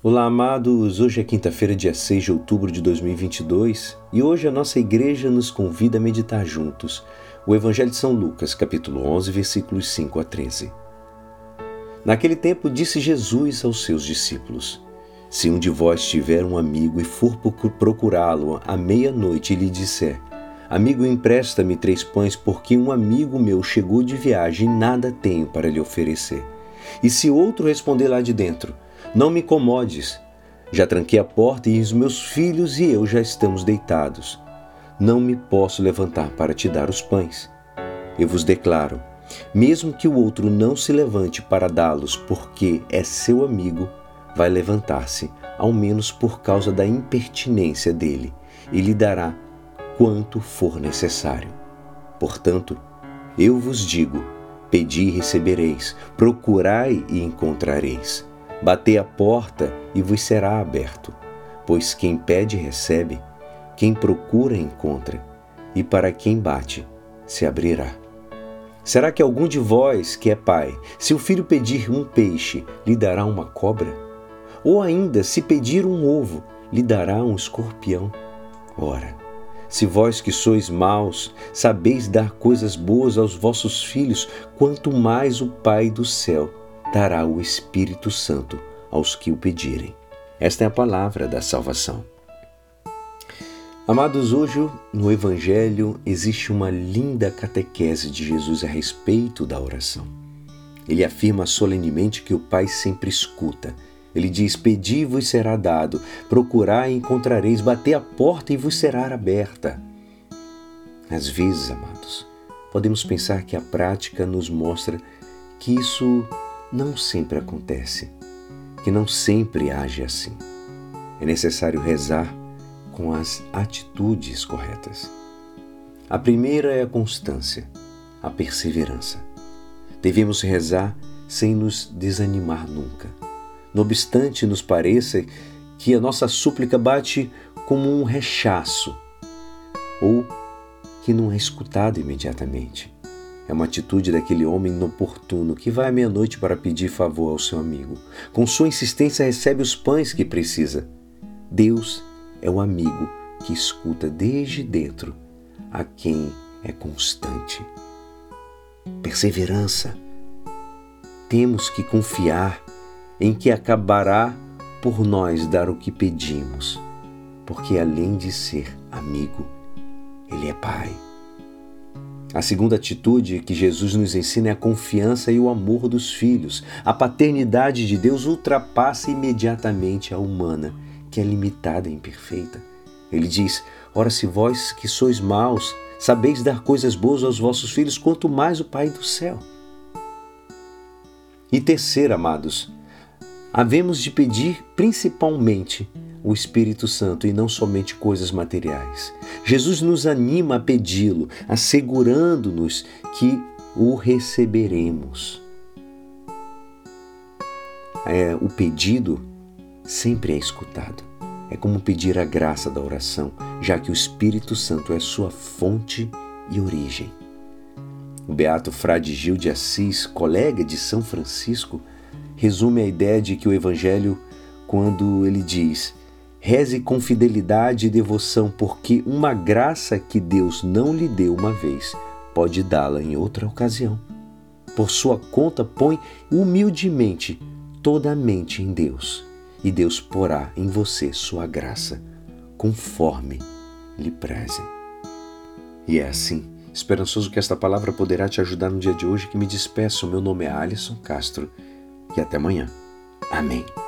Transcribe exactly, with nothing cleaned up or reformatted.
Olá, amados! Hoje é quinta-feira, dia seis de outubro de dois mil e vinte e dois, e hoje a nossa igreja nos convida a meditar juntos o Evangelho de São Lucas, capítulo onze, versículos cinco a treze. Naquele tempo disse Jesus aos seus discípulos: Se um de vós tiver um amigo e for procurá-lo à meia-noite e lhe disser: Amigo, empresta-me três pães, porque um amigo meu chegou de viagem e nada tenho para lhe oferecer. E se outro responder lá de dentro: Não me incomodes, já tranquei a porta e os meus filhos e eu já estamos deitados. Não me posso levantar para te dar os pães. Eu vos declaro, mesmo que o outro não se levante para dá-los porque é seu amigo, vai levantar-se, ao menos por causa da impertinência dele, e lhe dará quanto for necessário. Portanto, eu vos digo, pedi e recebereis, procurai e encontrareis. Batei a porta e vos será aberto, pois quem pede recebe, quem procura encontra, e para quem bate se abrirá. Será que algum de vós, que é pai, se o filho pedir um peixe, lhe dará uma cobra? Ou ainda, se pedir um ovo, lhe dará um escorpião? Ora, se vós que sois maus, sabeis dar coisas boas aos vossos filhos, quanto mais o Pai do céu dará o Espírito Santo aos que o pedirem. Esta é a palavra da salvação. Amados, hoje no Evangelho existe uma linda catequese de Jesus a respeito da oração. Ele afirma solenemente que o Pai sempre escuta. Ele diz: Pedi e vos será dado, procurai e encontrareis, batei a porta e vos será aberta. Às vezes, amados, podemos pensar que a prática nos mostra que isso não sempre acontece, que não sempre age assim. É necessário rezar com as atitudes corretas. A primeira é a constância, a perseverança. Devemos rezar sem nos desanimar nunca. Não obstante nos pareça que a nossa súplica bate como um rechaço ou que não é escutada imediatamente. É uma atitude daquele homem inoportuno que vai à meia-noite para pedir favor ao seu amigo. Com sua insistência recebe os pães que precisa. Deus é o amigo que escuta desde dentro a quem é constante. Perseverança. Temos que confiar em que acabará por nós dar o que pedimos, porque além de ser amigo, Ele é Pai. A segunda atitude que Jesus nos ensina é a confiança e o amor dos filhos. A paternidade de Deus ultrapassa imediatamente a humana, que é limitada e imperfeita. Ele diz: Ora, se vós que sois maus, sabeis dar coisas boas aos vossos filhos, quanto mais o Pai do céu. E terceiro, amados, havemos de pedir principalmente o Espírito Santo e não somente coisas materiais. Jesus nos anima a pedi-lo, assegurando-nos que o receberemos. É, o pedido sempre é escutado. É como pedir a graça da oração, já que o Espírito Santo é sua fonte e origem. O beato Frade Gil de Assis, colega de São Francisco, resume a ideia de que o Evangelho, quando ele diz: Reze com fidelidade e devoção, porque uma graça que Deus não lhe deu uma vez, pode dá-la em outra ocasião. Por sua conta, põe humildemente toda a mente em Deus, e Deus porá em você sua graça, conforme lhe preze. E é assim, esperançoso que esta palavra poderá te ajudar no dia de hoje, que me despeço. Meu nome é Alisson Castro, e até amanhã. Amém.